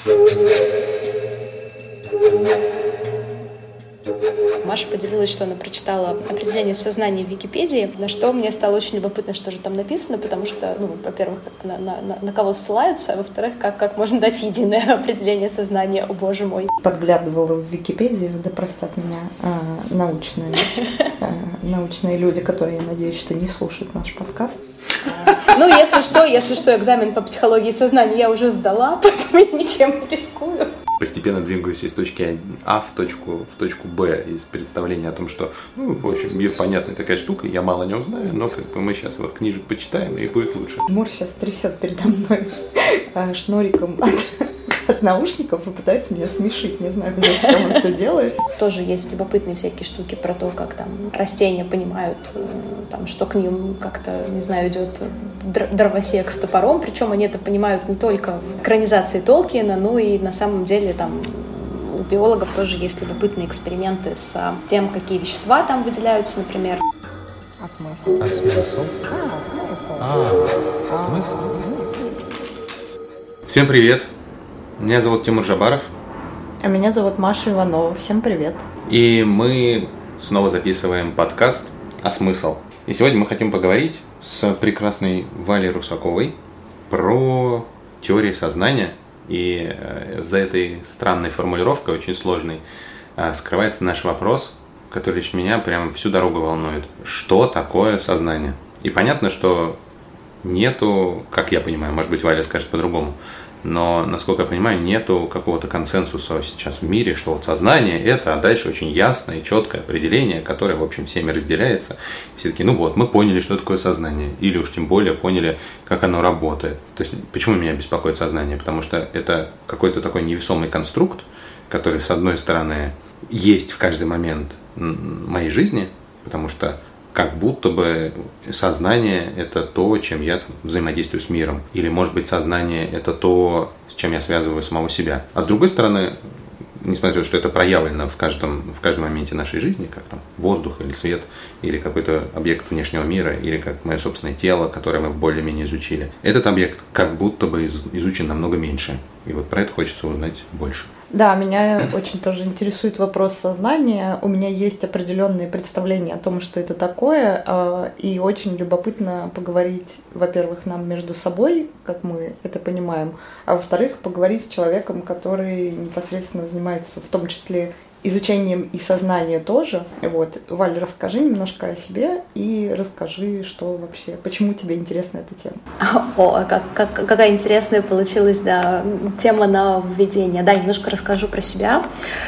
Маша поделилась, что она прочитала определение сознания в Википедии, на что мне стало очень любопытно, что же там написано, потому что, во-первых, на кого ссылаются, а во-вторых, как можно дать единое определение сознания, о боже мой. Подглядывала в Википедию, да простят меня научные люди, которые, я надеюсь, что не слушают наш подкаст. Если что, экзамен по психологии сознания я уже сдала, поэтому я ничем не рискую. Постепенно двигаюсь из точки А в точку Б, из представления о том, что, в общем, мир понятная такая штука, я мало о нем знаю, но мы сейчас книжек почитаем, и будет лучше. Тимур сейчас трясет передо мной шнуриком от наушников и пытается меня смешить. Не знаю, зачем он это делает. Тоже есть любопытные всякие штуки про то, как там растения понимают, что к ним как-то, не знаю, идет дровосек с топором. Причем они это понимают не только в экранизации Толкиена, но и на самом деле у биологов тоже есть любопытные эксперименты с тем, какие вещества там выделяются, например. А смысл? Смысл? Смысл? Всем привет! Меня зовут Тимур Джабаров. А меня зовут Маша Иванова. Всем привет. И мы снова записываем подкаст «А смысл?». И сегодня мы хотим поговорить с прекрасной Валей Русаковой про теорию сознания. И за этой странной формулировкой, очень сложной, скрывается наш вопрос, который лично меня прям всю дорогу волнует. Что такое сознание? И понятно, что нету, как я понимаю, может быть, Валя скажет по-другому, но, насколько я понимаю, нету какого-то консенсуса сейчас в мире, что сознание – это, а дальше очень ясное и четкое определение, которое, в общем, всеми разделяется. Все таки, мы поняли, что такое сознание, или уж тем более поняли, как оно работает. То есть, почему меня беспокоит сознание? Потому что это какой-то такой невесомый конструкт, который, с одной стороны, есть в каждый момент моей жизни, потому что как будто бы сознание – это то, чем я взаимодействую с миром. Или, может быть, сознание – это то, с чем я связываю самого себя. А с другой стороны, несмотря на то, что это проявлено в каждом моменте нашей жизни, как воздух или свет, или какой-то объект внешнего мира, или как мое собственное тело, которое мы более-менее изучили, этот объект как будто бы изучен намного меньше. И про это хочется узнать больше. Да, меня очень тоже интересует вопрос сознания. У меня есть определенные представления о том, что это такое, и очень любопытно поговорить, во-первых, нам между собой, как мы это понимаем, а во-вторых, поговорить с человеком, который непосредственно занимается в том числе изучением и сознания тоже. Валь, расскажи немножко о себе и расскажи, что вообще, почему тебе интересна эта тема. Какая интересная получилась, тема на введение. Немножко расскажу про себя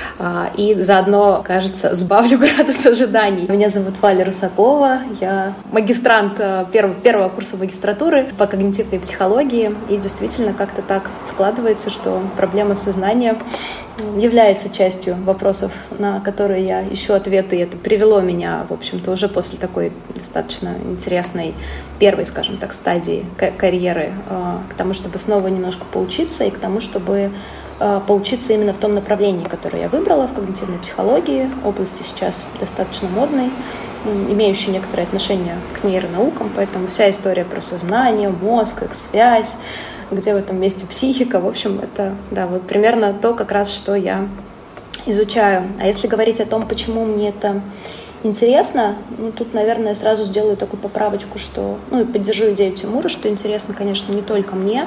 и заодно, кажется, сбавлю градус ожиданий. Меня зовут Валя Русакова, я магистрант первого курса магистратуры по когнитивной психологии, и действительно как-то так складывается, что проблема сознания является частью вопросов, на которые я ищу ответы, и это привело меня, в общем-то, уже после такой достаточно интересной первой, скажем так, стадии карьеры к тому, чтобы снова немножко поучиться, и к тому, чтобы поучиться именно в том направлении, которое я выбрала в когнитивной психологии, области сейчас достаточно модной, имеющей некоторое отношение к нейронаукам, поэтому вся история про сознание, мозг, их связь, где в этом месте психика, в общем, это, примерно то, как раз, что я изучаю. А если говорить о том, почему мне это интересно, тут, наверное, сразу сделаю такую поправочку, что, и поддержу идею Тимура, что интересно, конечно, не только мне,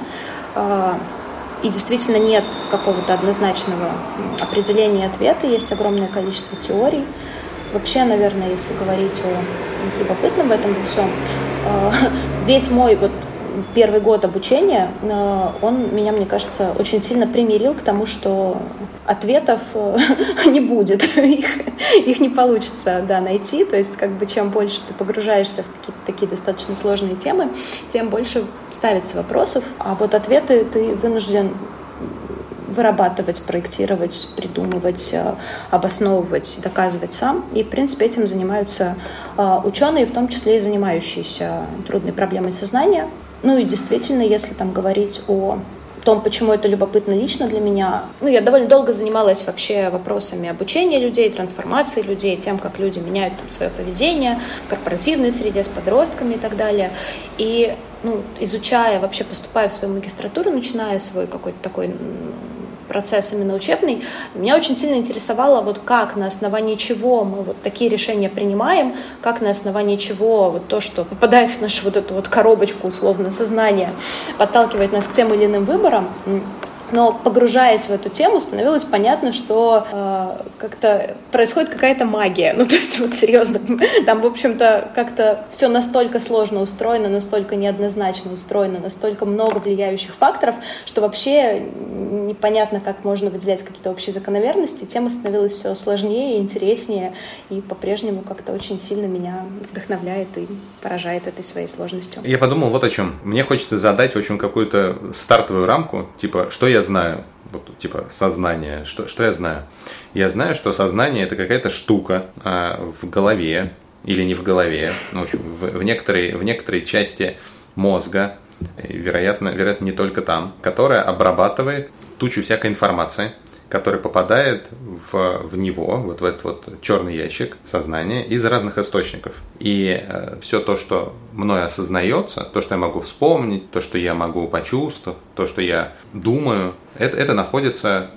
и действительно нет какого-то однозначного определения ответа, есть огромное количество теорий. Вообще, наверное, если говорить о любопытном в этом во всем, весь мой первый год обучения, он меня, мне кажется, очень сильно примирил к тому, что ответов не будет, их не получится найти. То есть, чем больше ты погружаешься в какие-то такие достаточно сложные темы, тем больше ставится вопросов, а ответы ты вынужден вырабатывать, проектировать, придумывать, обосновывать, доказывать сам. И, в принципе, этим занимаются ученые, в том числе и занимающиеся трудной проблемой сознания. И действительно, если говорить о том, почему это любопытно лично для меня, я довольно долго занималась вообще вопросами обучения людей, трансформации людей, тем, как люди меняют свое поведение в корпоративной среде, с подростками и так далее. И изучая, вообще поступая в свою магистратуру, начиная свой какой-то такой процесс именно учебный, меня очень сильно интересовало, вот как, на основании чего мы вот такие решения принимаем, как на основании чего вот то, что попадает в нашу вот эту вот коробочку, условно, сознания, подталкивает нас к тем или иным выборам. Но погружаясь в эту тему, становилось понятно, что как-то происходит какая-то магия. Ну, то есть, вот серьезно, там, в общем-то, как-то все настолько сложно устроено, настолько неоднозначно устроено, настолько много влияющих факторов, что вообще непонятно, как можно выделять какие-то общие закономерности. Тема становилась все сложнее, интереснее, и по-прежнему как-то очень сильно меня вдохновляет и поражает этой своей сложностью. Я подумал вот о чем. Мне хочется задать, в общем, какую-то стартовую рамку, типа, что я знаю, вот, типа, сознание, что я знаю. Я знаю, что сознание – это какая-то штука в голове, или не в голове, ну, в общем, в некоторой части мозга, вероятно, не только там, которая обрабатывает тучу всякой информации, которая попадает в него, вот в этот вот черный ящик сознания из разных источников. И все то, что мной осознается, то, что я могу вспомнить, то, что я могу почувствовать, то, что я думаю, это находится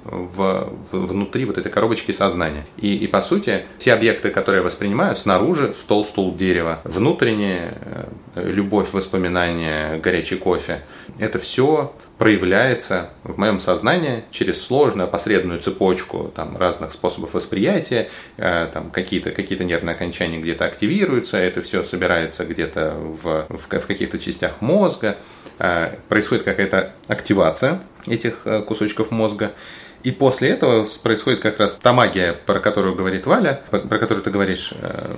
внутри вот этой коробочки сознания. И по сути, все объекты, которые я воспринимаю, снаружи стол, стул, дерево, внутренне любовь, воспоминания, горячий кофе, это все проявляется в моем сознании через сложную опосредованную цепочку там, разных способов восприятия, там, какие-то нервные окончания где-то активируются, это все собирается где-то в каких-то частях мозга, происходит какая-то активация этих кусочков мозга. И после этого происходит как раз та магия, про которую говорит Валя, про которую ты говоришь.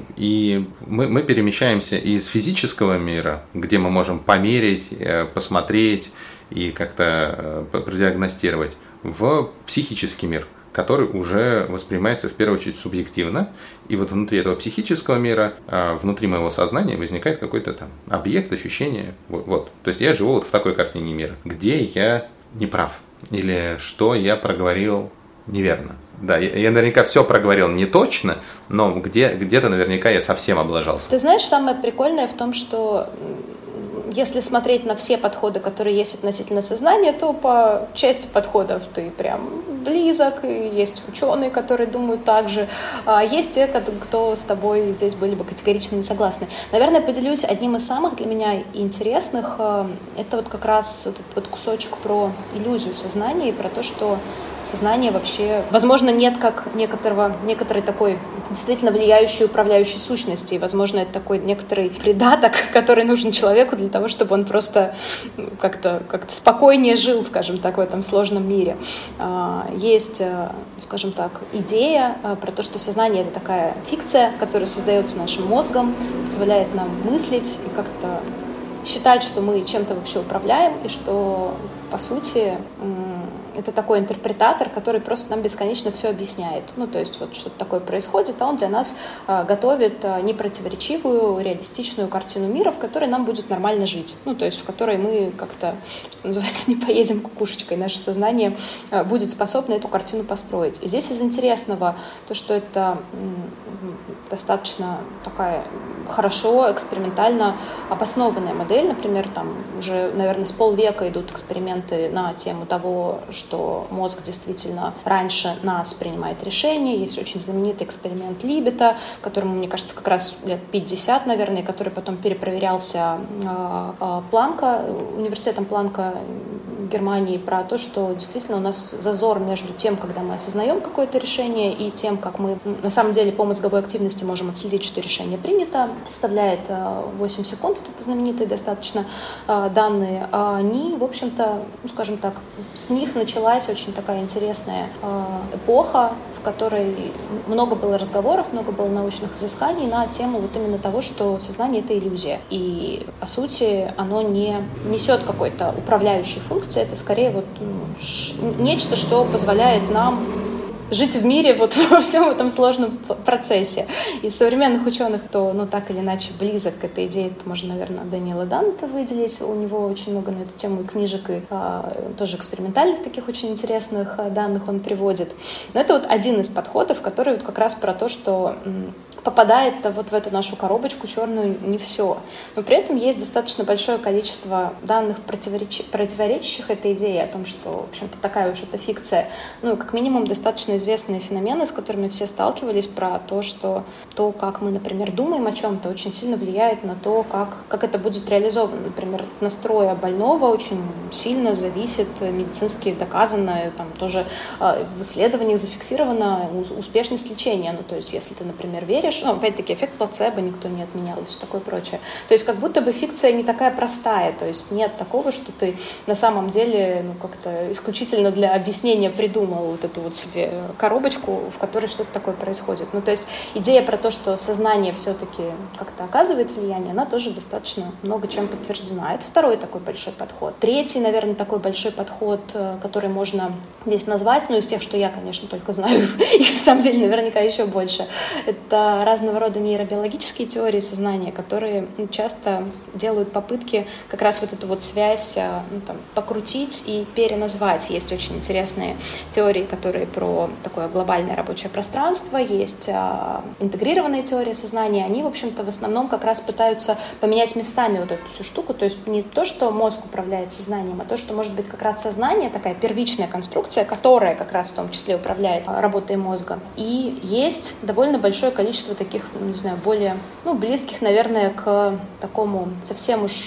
И мы перемещаемся из физического мира, где мы можем померить, посмотреть и как-то продиагностировать, в психический мир, который уже воспринимается в первую очередь субъективно. И вот внутри этого психического мира, внутри моего сознания возникает какой-то там объект, ощущение. Вот. То есть я живу вот в такой картине мира, где я не прав. Или что я проговорил неверно. Да, я наверняка все проговорил не точно, но где-то наверняка я совсем облажался. Ты знаешь, самое прикольное в том, что если смотреть на все подходы, которые есть относительно сознания, то по части подходов ты прям близок, и есть ученые, которые думают так же, а есть те, кто с тобой здесь были бы категорично не согласны. Наверное, поделюсь одним из самых для меня интересных, это вот как раз этот вот кусочек про иллюзию сознания и про то, что сознание вообще, возможно, нет как некоторой такой действительно влияющей, управляющей сущности. И, возможно, это такой некоторый придаток, который нужен человеку для того, чтобы он просто как-то спокойнее жил, скажем так, в этом сложном мире. Есть, скажем так, идея про то, что сознание — это такая фикция, которая создается нашим мозгом, позволяет нам мыслить и как-то считать, что мы чем-то вообще управляем, и что, по сути, это такой интерпретатор, который просто нам бесконечно все объясняет. Ну, то есть вот что-то такое происходит, а он для нас готовит непротиворечивую, реалистичную картину мира, в которой нам будет нормально жить. Ну, то есть в которой мы как-то, что называется, не поедем кукушечкой. Наше сознание будет способно эту картину построить. И здесь из интересного то, что это достаточно такая хорошо, экспериментально обоснованная модель. Например, там уже, наверное, с полвека идут эксперименты на тему того, что мозг действительно раньше нас принимает решения. Есть очень знаменитый эксперимент Либета, которому, мне кажется, как раз лет 50, наверное, который потом перепроверялся университетом Планка Германии, про то, что действительно у нас зазор между тем, когда мы осознаем какое-то решение, и тем, как мы на самом деле по мозговой активности можем отследить, что решение принято, составляет 8 секунд, вот это знаменитые достаточно данные. Они, в общем-то, ну, скажем так, с них началась очень такая интересная эпоха, в которой много было разговоров, много было научных изысканий на тему вот именно того, что сознание — это иллюзия. И, по сути, оно не несет какой-то управляющей функции, это скорее вот нечто, что позволяет нам жить в мире вот во всем этом сложном процессе. Из современных ученых, кто, ну, так или иначе близок к этой идее, то можно, наверное, Дэниела Даннета выделить. У него очень много на эту тему и книжек, и тоже экспериментальных таких очень интересных данных он приводит. Но это вот один из подходов, который вот как раз про то, что попадает вот в эту нашу коробочку черную не все. Но при этом есть достаточно большое количество данных, противоречащих этой идее о том, что, в общем-то, такая уж эта фикция. Ну, как минимум, достаточно известные феномены, с которыми все сталкивались, про то, что то, как мы, например, думаем о чем-то, очень сильно влияет на то, как это будет реализовано. Например, от настроя больного очень сильно зависит, медицински доказано, там тоже в исследованиях зафиксирована успешность лечения. Ну, то есть, если ты, например, веришь, опять-таки, эффект плацебо никто не отменял и все такое прочее. То есть, как будто бы фикция не такая простая, то есть нет такого, что ты на самом деле как-то исключительно для объяснения придумал вот эту вот себе коробочку, в которой что-то такое происходит. Ну, то есть, идея про то, что сознание все-таки как-то оказывает влияние, она тоже достаточно много чем подтверждена. Это второй такой большой подход. Третий, наверное, такой большой подход, который можно здесь назвать, из тех, что я, конечно, только знаю, их на самом деле наверняка еще больше, это разного рода нейробиологические теории сознания, которые часто делают попытки как раз вот эту вот связь покрутить и переназвать. Есть очень интересные теории, которые про такое глобальное рабочее пространство, есть интегрированные теории сознания. Они, в общем-то, в основном как раз пытаются поменять местами вот эту всю штуку, то есть не то, что мозг управляет сознанием, а то, что может быть как раз сознание, такая первичная конструкция, которая как раз в том числе управляет работой мозга. И есть довольно большое количество таких, не знаю, более, близких, наверное, к такому совсем уж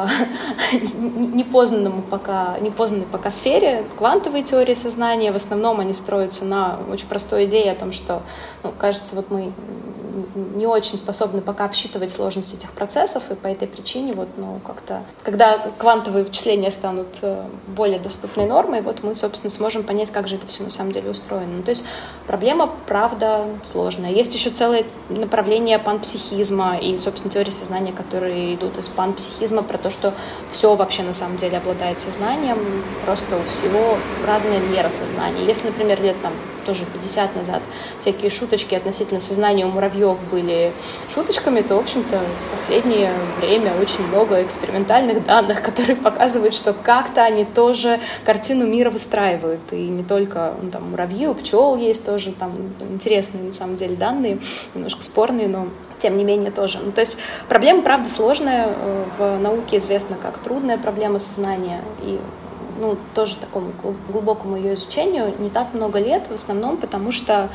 непознанной пока сфере, квантовой теории сознания. В основном они строятся на очень простой идее о том, что, кажется, вот мы не очень способны пока обсчитывать сложность этих процессов, и по этой причине как-то, когда квантовые вычисления станут более доступной нормой, мы, собственно, сможем понять, как же это все на самом деле устроено. То есть проблема, правда, сложная. Есть еще целое направление панпсихизма и, собственно, теории сознания, которые идут из панпсихизма, про то, что все вообще на самом деле обладает сознанием, просто у всего разная мера сознания. Если, например, лет тоже 50 назад всякие шуточки относительно сознания у муравьев были шуточками, то, в общем-то, в последнее время очень много экспериментальных данных, которые показывают, что как-то они тоже картину мира выстраивают. И не только муравьи, у пчел есть тоже интересные, на самом деле, данные, немножко спорные, но тем не менее тоже. То есть проблема, правда, сложная. В науке известна как трудная проблема сознания. И тоже такому глубокому ее изучению не так много лет, в основном потому что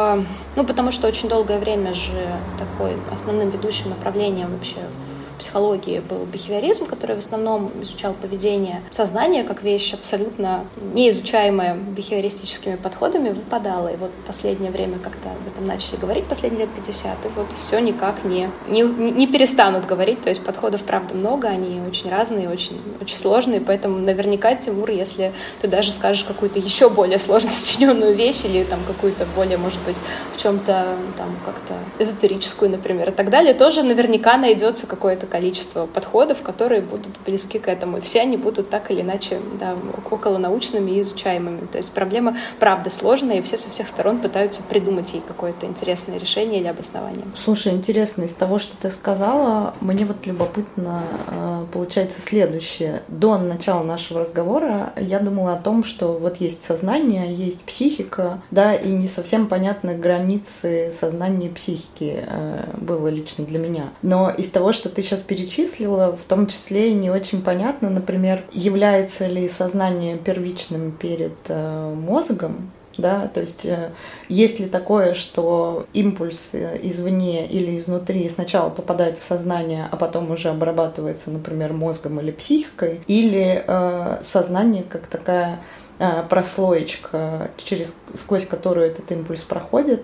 очень долгое время же такой основным ведущим направлением вообще в психологии был бихевиоризм, который в основном изучал поведение сознания как вещь абсолютно неизучаемая бихевиористическими подходами, выпадала. И в последнее время как-то об этом начали говорить, последние лет 50, и все никак не перестанут говорить. То есть подходов, правда, много, они очень разные, очень, очень сложные, поэтому наверняка, Тимур, если ты даже скажешь какую-то еще более сложно сочиненную вещь или какую-то более, может быть, в чем-то как-то эзотерическую, например, и так далее, тоже наверняка найдется какое-то количество подходов, которые будут близки к этому. И все они будут так или иначе околонаучными и изучаемыми. То есть проблема, правда, сложная, и все со всех сторон пытаются придумать ей какое-то интересное решение или обоснование. Слушай, интересно, из того, что ты сказала, мне любопытно получается следующее. До начала нашего разговора я думала о том, что есть сознание, есть психика, и не совсем понятны границы сознания и психики было лично для меня. Но из того, что ты сейчас перечислила, в том числе не очень понятно, например, является ли сознание первичным перед мозгом, то есть есть ли такое, что импульс извне или изнутри сначала попадает в сознание, а потом уже обрабатывается, например, мозгом или психикой, или сознание как такая прослоечка, сквозь которую этот импульс проходит,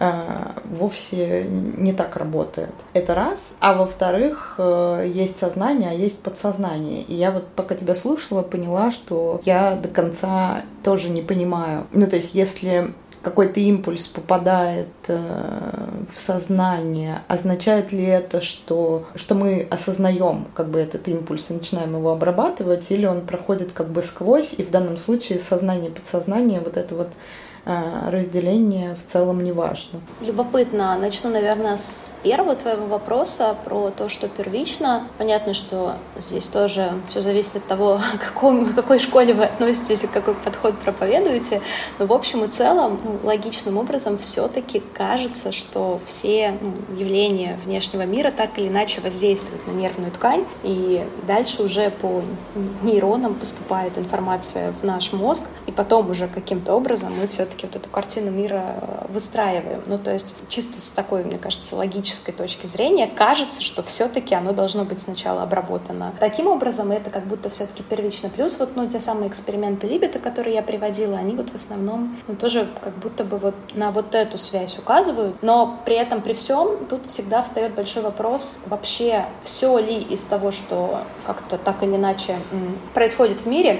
вовсе не так работает. Это раз. А во-вторых, есть сознание, а есть подсознание. И я пока тебя слушала, поняла, что я до конца тоже не понимаю. То есть если какой-то импульс попадает в сознание, означает ли это, что мы осознаем этот импульс и начинаем его обрабатывать, или он проходит сквозь, и в данном случае сознание и подсознание разделение в целом не важно. Любопытно. Начну, наверное, с первого твоего вопроса про то, что первично. Понятно, что здесь тоже все зависит от того, к какой школе вы относитесь и какой подход проповедуете. Но в общем и целом, логичным образом все-таки кажется, что все явления внешнего мира так или иначе воздействуют на нервную ткань, и дальше уже по нейронам поступает информация в наш мозг, и потом уже каким-то образом мы все-таки вот эту картину мира выстраиваем. Ну, то есть чисто с такой, мне кажется, логической точки зрения кажется, что все-таки оно должно быть сначала обработано таким образом, и это как будто все-таки первично. Плюс вот, те самые эксперименты Либбета, которые я приводила, они вот в основном тоже как будто бы вот на вот эту связь указывают, но при этом, при всем, тут всегда встает большой вопрос, вообще все ли из того, что как-то так или иначе происходит в мире,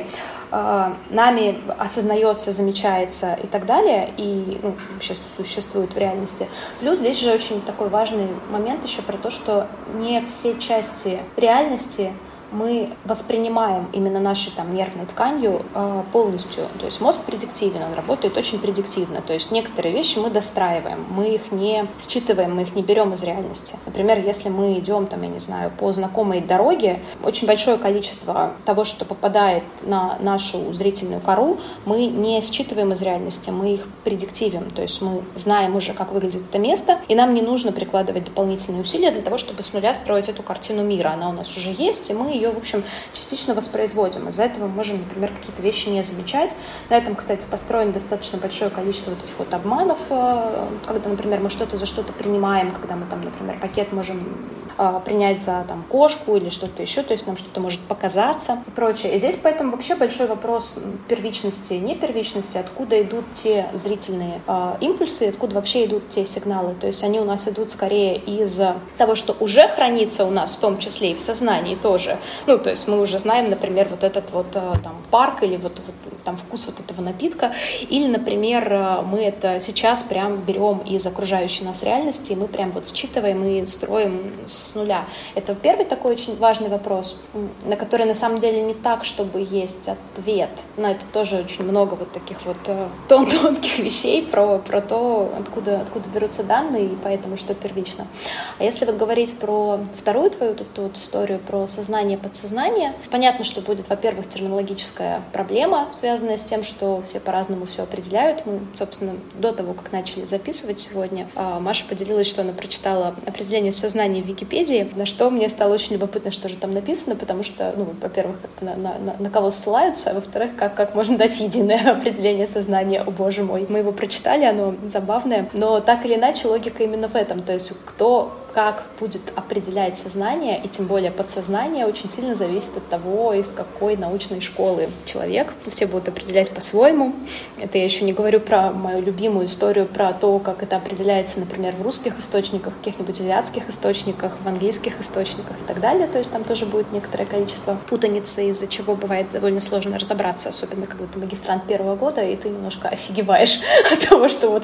нами осознается, замечается и так далее, и вообще существует в реальности. Плюс здесь же очень такой важный момент еще про то, что не все части реальности мы воспринимаем именно нашей нервной тканью полностью. То есть мозг предиктивен, он работает очень предиктивно. То есть некоторые вещи мы достраиваем, мы их не считываем, мы их не берем из реальности. Например, если мы идем, по знакомой дороге, очень большое количество того, что попадает на нашу зрительную кору, мы не считываем из реальности, мы их предиктивим. То есть мы знаем уже, как выглядит это место, и нам не нужно прикладывать дополнительные усилия для того, чтобы с нуля строить эту картину мира. Она у нас уже есть, и мы ее, в общем, частично воспроизводим. Из-за этого мы можем, например, какие-то вещи не замечать. На этом, кстати, построено достаточно большое количество вот этих вот обманов, когда, например, мы что-то за что-то принимаем, когда мы например, пакет можем принять за кошку или что-то еще, то есть нам что-то может показаться и прочее. И здесь поэтому вообще большой вопрос первичности и непервичности, откуда идут те зрительные импульсы, откуда вообще идут те сигналы. То есть они у нас идут скорее из того, что уже хранится у нас, в том числе и в сознании тоже. То есть мы уже знаем, например, вот этот вот парк или вот вкус вот этого напитка, или, например, мы это сейчас прям берем из окружающей нас реальности, и мы прям вот считываем и строим с нуля. Это первый такой очень важный вопрос, на который на самом деле не так, чтобы есть ответ, но это тоже очень много вот таких вот тонких вещей про то, откуда берутся данные, и поэтому что первично. А если вот говорить про вторую твою тут историю, про сознание, подсознание, понятно, что будет, во-первых, терминологическая проблема, связанная с тем, что все по-разному все определяют. Мы, собственно, до того, как начали записывать сегодня, Маша поделилась, что она прочитала определение сознания в Википедии, на что мне стало очень любопытно, что же там написано, потому что, во-первых, на кого ссылаются, а во-вторых, как можно дать единое определение сознания, о боже мой. Мы его прочитали, оно забавное, но так или иначе логика именно в этом, то есть кто как будет определять сознание, и тем более подсознание, очень сильно зависит от того, из какой научной школы человек. Все будут определять по-своему. Это я еще не говорю про мою любимую историю, про то, как это определяется, например, в русских источниках, в каких-нибудь азиатских источниках, в английских источниках и так далее. То есть там тоже будет некоторое количество путаницы, из-за чего бывает довольно сложно разобраться, особенно когда ты магистрант первого года, и ты немножко офигеваешь от того, что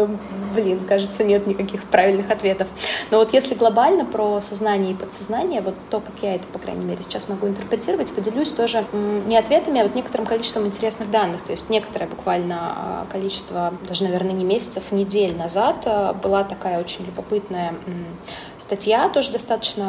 кажется, нет никаких правильных ответов. Но вот если глобально про сознание и подсознание, вот то, как я это, по крайней мере, сейчас могу интерпретировать, поделюсь тоже не ответами, а вот некоторым количеством интересных данных. То есть некоторое буквально количество, даже, наверное, не месяцев, недель назад была такая очень любопытная статья, тоже достаточно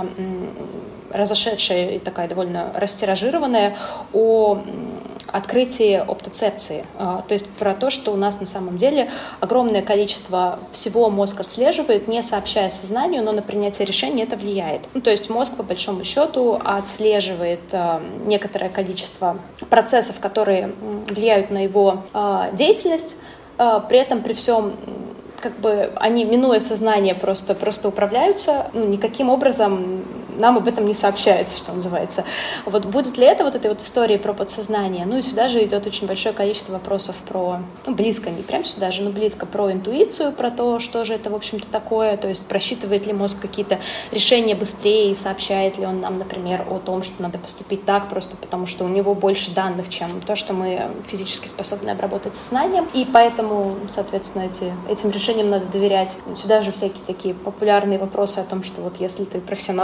разошедшая и такая довольно растиражированная, о открытии оптоцепции. То есть про то, что у нас на самом деле огромное количество всего мозг отслеживает, не сообщая сознанию, но на принятие решений это влияет. То есть мозг, по большому счету, отслеживает некоторое количество процессов, которые влияют на его деятельность, при этом при всем они, минуя сознание, просто управляются, никаким образом нам об этом не сообщается, что называется. Вот будет ли это вот этой вот истории про подсознание? И сюда же идет очень большое количество вопросов про, близко, не прям сюда же, но близко про интуицию, про то, что же это, в общем-то, такое, то есть просчитывает ли мозг какие-то решения быстрее и сообщает ли он нам, например, о том, что надо поступить так, просто потому что у него больше данных, чем то, что мы физически способны обработать сознанием, и поэтому, соответственно, этим решениям надо доверять. Сюда же всякие такие популярные вопросы о том, что вот если ты профессионал в этой области,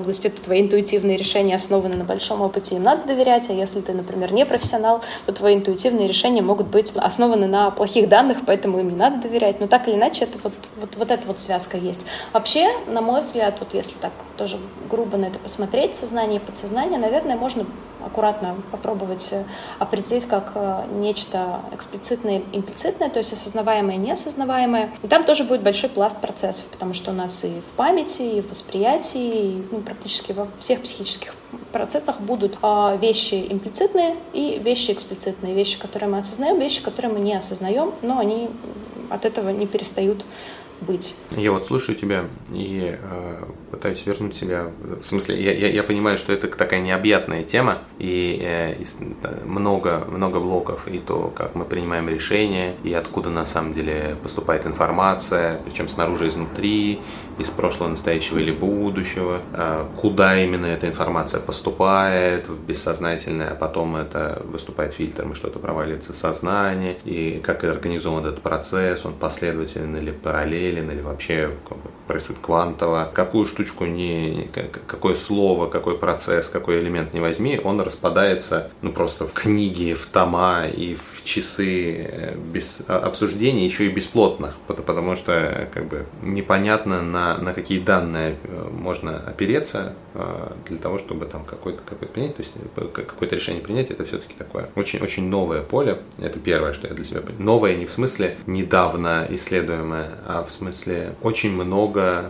области, то твои интуитивные решения основаны на большом опыте, им надо доверять, а если ты, например, не профессионал, то твои интуитивные решения могут быть основаны на плохих данных, поэтому им не надо доверять. Но так или иначе, это вот эта вот связка есть. Вообще, на мой взгляд, вот если так тоже грубо на это посмотреть, сознание и подсознание, наверное, можно аккуратно попробовать определить как нечто эксплицитное и имплицитное, то есть осознаваемое и неосознаваемое. И там тоже будет большой пласт процессов, потому что у нас и в памяти, и в восприятии, и, практически во всех психических процессах будут вещи имплицитные и вещи эксплицитные, вещи, которые мы осознаем, вещи, которые мы не осознаем, но они от этого не перестают быть. Я вот слушаю тебя и пытаюсь вернуть себя. В смысле, я понимаю, что это такая необъятная тема, и много блоков, и то, как мы принимаем решения, и откуда на самом деле поступает информация, причем снаружи, изнутри, из прошлого, настоящего или будущего, куда именно эта информация поступает в бессознательное, а потом это выступает фильтром, и что-то проваливается в сознание, и как организован этот процесс, он последователен или параллелен, или вообще происходит квантово. Какую штучку какое слово, какой процесс, какой элемент не возьми, он распадается просто в книги, в тома и в часы без обсуждений, еще и бесплотных, потому что непонятно, на какие данные можно опереться для того, чтобы там какое-то принять, то есть какое-то решение принять, это все-таки такое очень новое поле. Это первое, что я для себя понял. Новое не в смысле недавно исследуемое, а в смысле очень много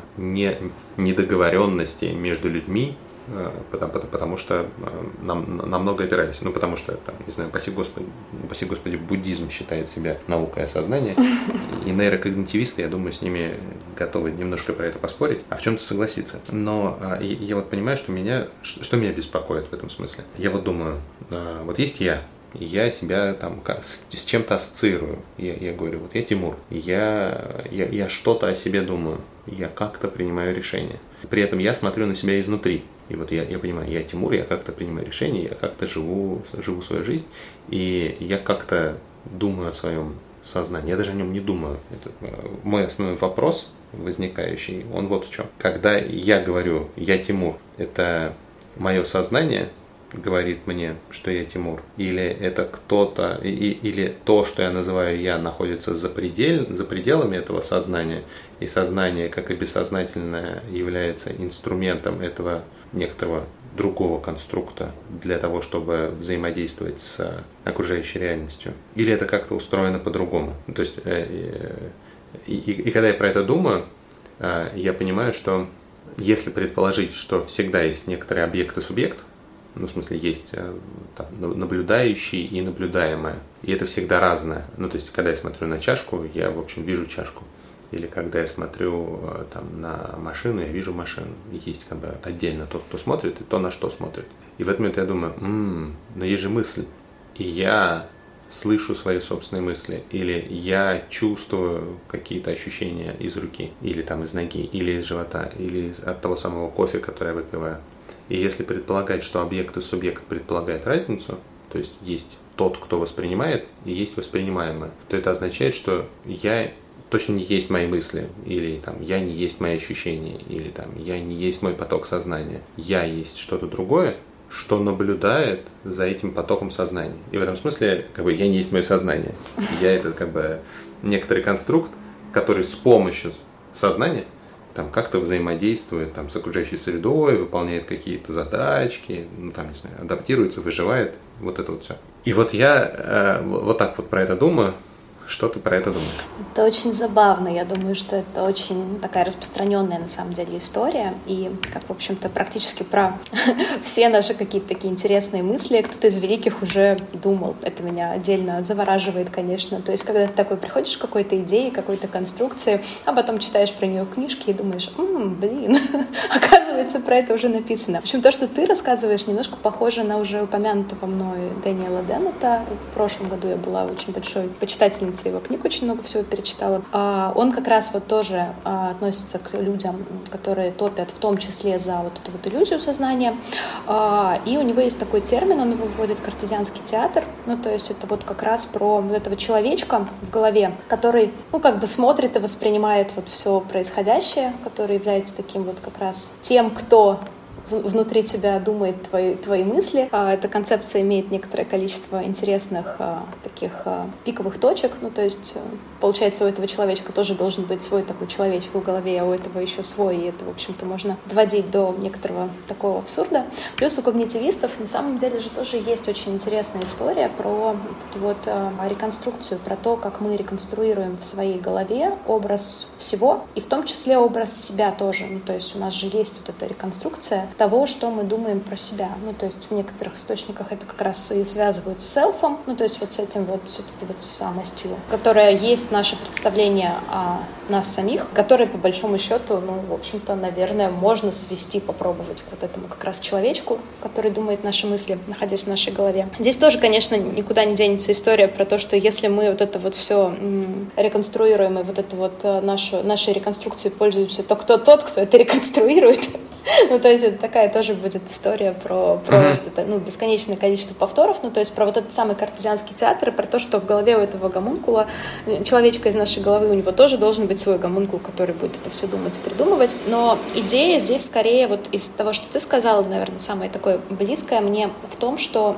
недоговоренностей между людьми, потому что на много опирались. Потому что, не знаю, упаси Господи, буддизм считает себя наукой о сознании, и нейрокогнитивисты, я думаю, с ними готовы немножко про это поспорить, а в чем-то согласиться. Но я понимаю, что меня беспокоит в этом смысле. Я думаю, есть я себя с чем-то ассоциирую. Я говорю, я Тимур, я что-то о себе думаю, я как-то принимаю решения. При этом я смотрю на себя изнутри. И я понимаю, я Тимур, я как-то принимаю решения, я как-то живу свою жизнь, и я как-то думаю о своем сознании. Я даже о нем не думаю. Это мой основной вопрос возникающий, он вот в чем. Когда я говорю, я Тимур, это мое сознание говорит мне, что я Тимур, или это кто-то, или то, что я называю я, находится за пределами этого сознания, и сознание, как и бессознательное, является инструментом этого некоторого другого конструкта для того, чтобы взаимодействовать с окружающей реальностью, или это как-то устроено по-другому. То есть, и когда я про это думаю, я понимаю, что если предположить, что всегда есть некоторый объект и субъект, в смысле, есть наблюдающий и наблюдаемое. И это всегда разное. То есть, когда я смотрю на чашку, я, в общем, вижу чашку. Или когда я смотрю на машину, я вижу машину. Есть отдельно тот, кто смотрит, и то, на что смотрит. И в этот момент я думаю, но есть же мысль. И я слышу свои собственные мысли. Или я чувствую какие-то ощущения из руки. Или из ноги, или из живота. Или от того самого кофе, который я выпиваю. И если предполагать, что объект и субъект предполагает разницу, то есть есть тот, кто воспринимает, и есть воспринимаемое, то это означает, что я точно не есть мои мысли, или я не есть мои ощущения, или я не есть мой поток сознания. Я есть что-то другое, что наблюдает за этим потоком сознания. И в этом смысле я не есть мое сознание. Я это некоторый конструкт, который с помощью сознания как-то взаимодействует с окружающей средой, выполняет какие-то задачки, адаптируется, выживает, вот это все. И я вот так про это думаю. Что ты про это думаешь? Это очень забавно. Я думаю, что это очень такая распространенная на самом деле история. И, в общем-то, практически про все наши какие-то такие интересные мысли кто-то из великих уже думал. Это меня отдельно завораживает, конечно. То есть, когда ты такой приходишь к какой-то идее, какой-то конструкции, а потом читаешь про нее книжки и думаешь, оказывается, про это уже написано. В общем, то, что ты рассказываешь, немножко похоже на уже упомянутого мной Дэниела Деннета. В прошлом году я была очень большой почитательницей его книг, очень много всего перечитала. Он как раз тоже относится к людям, которые топят в том числе за эту иллюзию сознания. И у него есть такой термин, он его вводит картезианский театр. То есть это как раз про этого человечка в голове, который, смотрит и воспринимает все происходящее, который является таким как раз тем, кто внутри тебя думает твои мысли. Эта концепция имеет некоторое количество интересных таких пиковых точек. Ну, то есть, получается, у этого человечка тоже должен быть свой такой человечек в голове, а у этого еще свой. И это, в общем-то, можно доводить до некоторого такого абсурда. Плюс у когнитивистов на самом деле же тоже есть очень интересная история про эту вот реконструкцию, про то, как мы реконструируем в своей голове образ всего, и в том числе образ себя тоже. Ну, то есть у нас же есть вот эта реконструкция того, что мы думаем про себя. Ну, то есть в некоторых источниках это как раз и связывают с селфом, ну, то есть вот с этим вот, с этой вот самостью, которая есть наше представление о нас самих, которое, по большому счету, ну, в общем-то, наверное, можно свести, попробовать к вот этому как раз человечку, который думает наши мысли, находясь в нашей голове. Здесь тоже, конечно, никуда не денется история про то, что если мы вот это вот все реконструируем и вот эту вот нашей реконструкцией пользуемся, то кто тот, кто это реконструирует? Ну, то есть это такая тоже будет история про вот это, ну, бесконечное количество повторов, ну, то есть про вот этот самый картезианский театр и про то, что в голове у этого гомункула, человечка из нашей головы, у него тоже должен быть свой гомункул, который будет это все думать и придумывать. Но идея здесь скорее вот из того, что ты сказала, наверное, самое такое близкое мне в том, что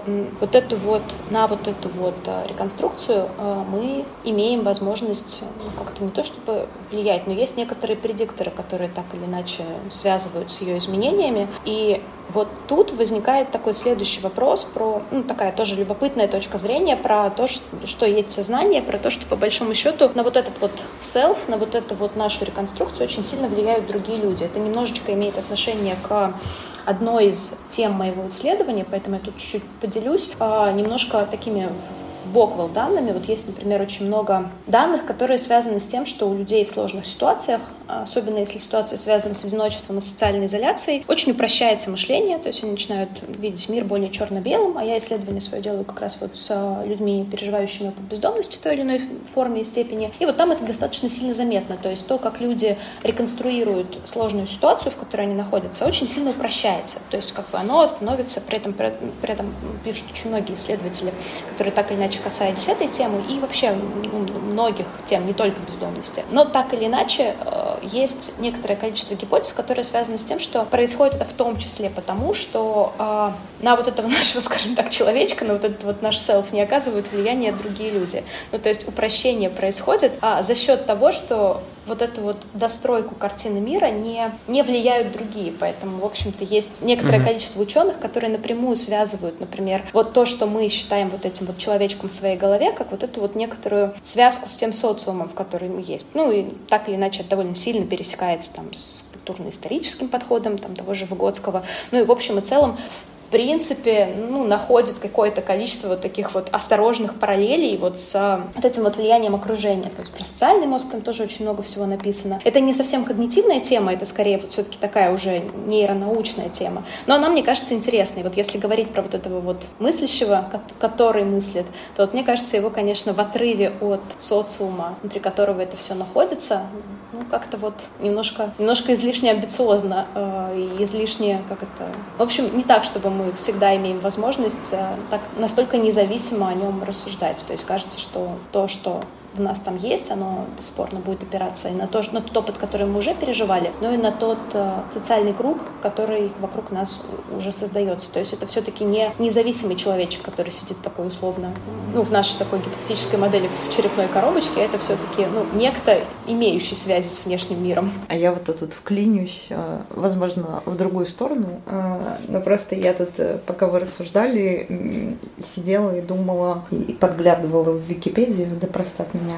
на вот эту вот реконструкцию мы имеем возможность, ну, как-то не то чтобы влиять, но есть некоторые предикторы, которые так или иначе связывают с ее изменениями. И вот тут возникает такой следующий вопрос про, ну, такая тоже любопытная точка зрения про то, что есть сознание, про то, что по большому счету на вот этот вот self, на вот эту вот нашу реконструкцию очень сильно влияют другие люди. Это немножечко имеет отношение к одной из тем моего исследования, поэтому я тут чуть-чуть поделюсь немножко такими боквал данными. Вот есть, например, очень много данных, которые связаны с тем, что у людей в сложных ситуациях, особенно если ситуация связана с одиночеством и социальной изоляцией, очень упрощается мышление, то есть они начинают видеть мир более черно-белым, а я исследование свое делаю как раз вот с людьми, переживающими опыт бездомности в той или иной форме и степени. И вот там это достаточно сильно заметно, то есть то, как люди реконструируют сложную ситуацию, в которой они находятся, очень сильно упрощается, то есть как бы оно становится, при этом пишут очень многие исследователи, которые так или иначе касались этой темы и вообще многих тем, не только бездомности. Но так или иначе есть некоторое количество гипотез, которые связаны с тем, что происходит это в том числе потому, что на вот этого нашего, скажем так, человечка, на вот этот вот наш self не оказывают влияния другие люди. Ну, то есть упрощение происходит за счет того, что вот эту вот достройку картины мира не влияют другие. Поэтому, в общем-то, есть некоторое количество ученых, которые напрямую связывают, например, вот то, что мы считаем вот этим вот человечком в своей голове, как вот эту вот некоторую связку с тем социумом, в котором мы есть. Ну, и так или иначе это довольно сильно пересекается там с культурно-историческим подходом, там того же Выгодского. Ну и в общем и целом, в принципе, находит какое-то количество вот таких вот осторожных параллелей вот с вот этим вот влиянием окружения. То есть про социальный мозг там тоже очень много всего написано. Это не совсем когнитивная тема, это скорее вот все-таки такая уже нейронаучная тема. Но она, мне кажется, интересной. Вот если говорить про вот этого вот мыслящего, который мыслит, то вот мне кажется, его, конечно, в отрыве от социума, внутри которого это все находится, как-то вот немножко излишне амбициозно и излишне, в общем, не так, чтобы мы всегда имеем возможность так настолько независимо о нем рассуждать. То есть кажется, что то, что в нас там есть, оно бесспорно будет опираться и на тот опыт, который мы уже переживали, но и на тот социальный круг, который вокруг нас уже создается. То есть это все-таки не независимый человечек, который сидит такой условно, в нашей такой гипотетической модели в черепной коробочке, это все-таки некто, имеющий связи с внешним миром. А я вот тут вклинюсь, возможно, в другую сторону, но просто я тут, пока вы рассуждали, сидела и думала, и подглядывала в Википедию, да простят меня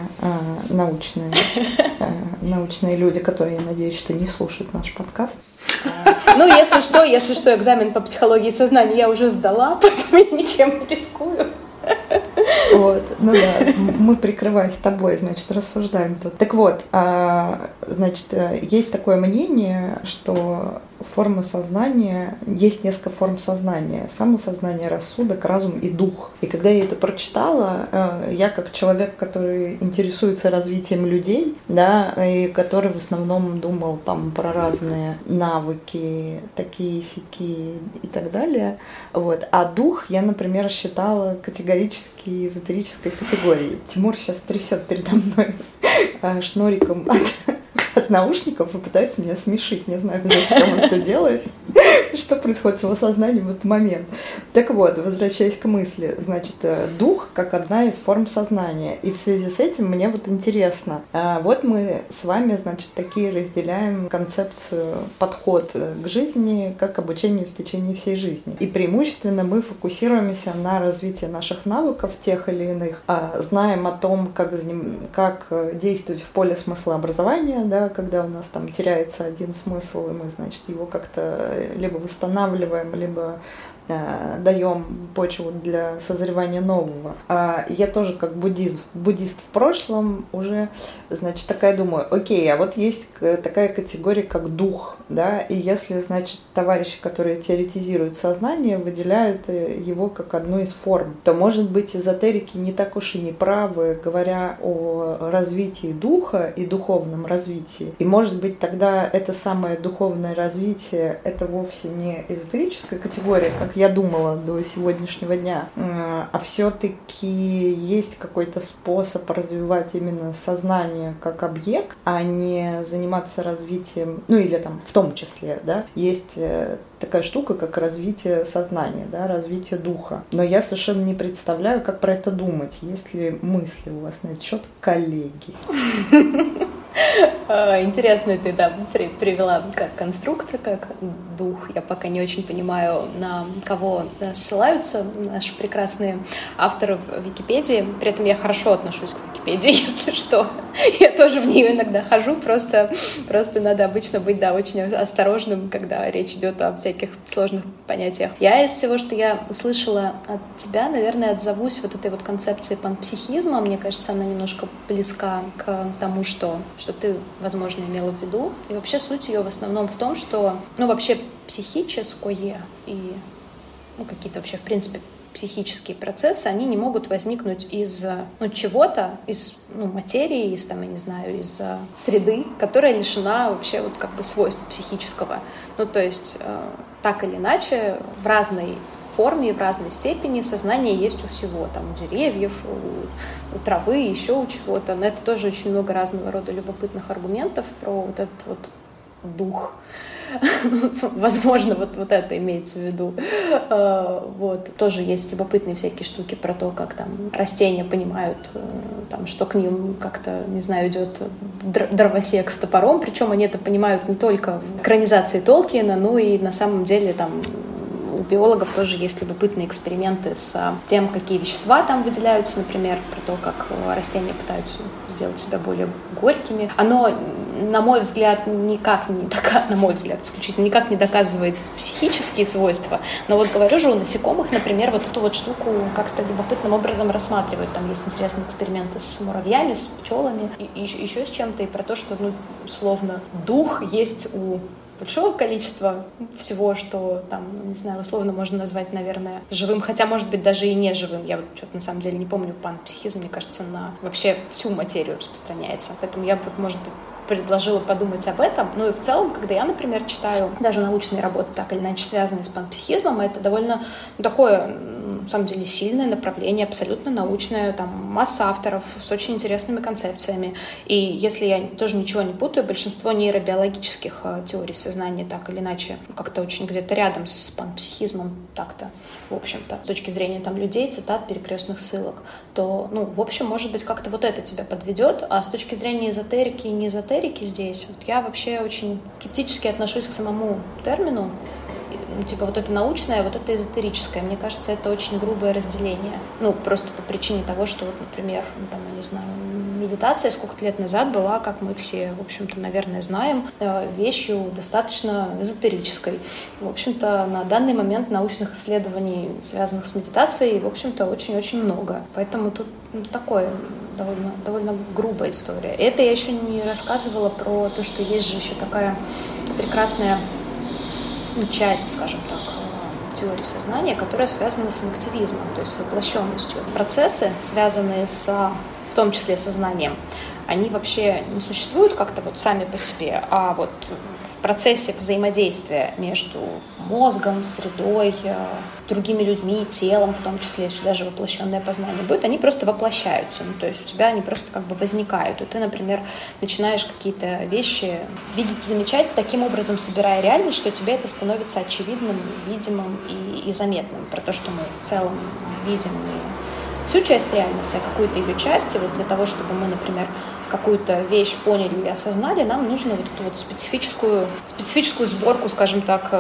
научные люди, которые, я надеюсь, что не слушают наш подкаст. Если что, экзамен по психологии сознания я уже сдала, поэтому я ничем не рискую. Вот, мы, прикрываясь тобой, значит, рассуждаем тут. Так вот, значит, есть такое мнение, что формы сознания, есть несколько форм сознания: самосознание, рассудок, разум и дух. И когда я это прочитала, я как человек, который интересуется развитием людей, да, и который в основном думал там про разные навыки, такие-сяки и так далее, вот. А дух я, например, считала категорически эзотерической категорией. Тимур сейчас трясет передо мной шнуриком от наушников и пытается меня смешить. Не знаю, зачем он это делает. Что происходит с его сознанием в этот момент? Так вот, возвращаясь к мысли, значит, дух как одна из форм сознания. И в связи с этим мне вот интересно. Вот мы с вами, значит, такие разделяем концепцию, подход к жизни, как обучение в течение всей жизни. И преимущественно мы фокусируемся на развитии наших навыков тех или иных, знаем о том, как действовать в поле смыслообразования, да, когда у нас там теряется один смысл, и мы, значит, его как-то либо восстанавливаем, либо даем почву для созревания нового. Я тоже как буддист в прошлом уже, значит, такая думаю, окей, а вот есть такая категория, как дух, да, и если, значит, товарищи, которые теоретизируют сознание, выделяют его как одну из форм, то, может быть, эзотерики не так уж и не правы, говоря о развитии духа и духовном развитии. И, может быть, тогда это самое духовное развитие, это вовсе не эзотерическая категория, как я думала до сегодняшнего дня, а все-таки есть какой-то способ развивать именно сознание как объект, а не заниматься развитием, ну или там в том числе, да, есть такая штука, как развитие сознания, да, развитие духа. Но я совершенно не представляю, как про это думать. Есть ли мысли у вас на этот счет, коллеги? Интересно, ты привела как конструктор, как дух. Я пока не очень понимаю, на кого ссылаются наши прекрасные авторы в Википедии. При этом я хорошо отношусь к Википедии, если что. Я тоже в нее иногда хожу, просто надо обычно быть, да, очень осторожным, когда речь идет о всяких сложных понятиях. Я из всего, что я услышала от тебя, наверное, отзовусь вот этой вот концепции панпсихизма. Мне кажется, она немножко близка к тому, что ты, возможно, имела в виду. И вообще суть ее в основном в том, что, вообще психическое и, какие-то вообще, в принципе, психические процессы, они не могут возникнуть из чего-то, из материи, из, там, я не знаю, из среды, которая лишена вообще вот как бы свойств психического. То есть так или иначе в разной форме, в разной степени сознание есть у всего, там, у деревьев, у травы, еще у чего-то. На это тоже очень много разного рода любопытных аргументов про вот этот вот дух. Возможно, вот это имеется в виду. Вот. Тоже есть любопытные всякие штуки про то, как там растения понимают, там, что к ним как-то, не знаю, идет дровосек с топором, причем они это понимают не только в экранизации Толкиена, но и на самом деле там у биологов тоже есть любопытные эксперименты с тем, какие вещества там выделяются, например, про то, как растения пытаются сделать себя более горькими. Оно, на мой взгляд, исключительно никак не доказывает психические свойства. Но вот говорю же, у насекомых, например, вот эту вот штуку как-то любопытным образом рассматривают. Там есть интересные эксперименты с муравьями, с пчелами и еще с чем-то, и про то, что, условно, дух есть у большого количества всего, что там, не знаю, условно можно назвать, наверное, живым, хотя, может быть, даже и не живым. Я вот что-то на самом деле не помню, панпсихизм, мне кажется, на вообще всю материю распространяется. Поэтому я вот, может быть, предложила подумать об этом. И в целом, когда я, например, читаю даже научные работы, так или иначе связанные с панпсихизмом, это довольно такое, на самом деле, сильное направление, абсолютно научное, там масса авторов с очень интересными концепциями. И если я тоже ничего не путаю, большинство нейробиологических теорий сознания так или иначе как-то очень где-то рядом с панпсихизмом так-то, в общем-то, с точки зрения там людей, цитат, перекрестных ссылок, то, в общем, может быть, как-то вот это тебя подведет, а с точки зрения эзотерики и неэзотерики здесь, вот я вообще очень скептически отношусь к самому термину, типа вот это научное, вот это эзотерическое. Мне кажется, это очень грубое разделение. Просто по причине того, что, вот, например, там, я не знаю, медитация сколько-то лет назад была, как мы все, в общем-то, наверное, знаем, вещью достаточно эзотерической. В общем-то, на данный момент научных исследований, связанных с медитацией, в общем-то, очень-очень много. Поэтому тут такое довольно грубая история. Это я еще не рассказывала про то, что есть же еще такая прекрасная часть, скажем так, теории сознания, которая связана с инактивизмом, то есть с воплощенностью. Процессы, связанные в том числе с сознанием, они вообще не существуют как-то вот сами по себе, а вот в процессе взаимодействия между мозгом, средой, другими людьми, телом, в том числе, если даже воплощенное познание будет, они просто воплощаются. Ну, то есть у тебя они просто как бы возникают. И ты, например, начинаешь какие-то вещи видеть, замечать, таким образом собирая реальность, что тебе это становится очевидным, видимым и заметным. Про то, что мы в целом видим не всю часть реальности, а какую-то ее часть. И вот для того, чтобы мы, например, какую-то вещь поняли или осознали, нам нужно вот эту вот специфическую сборку, скажем так,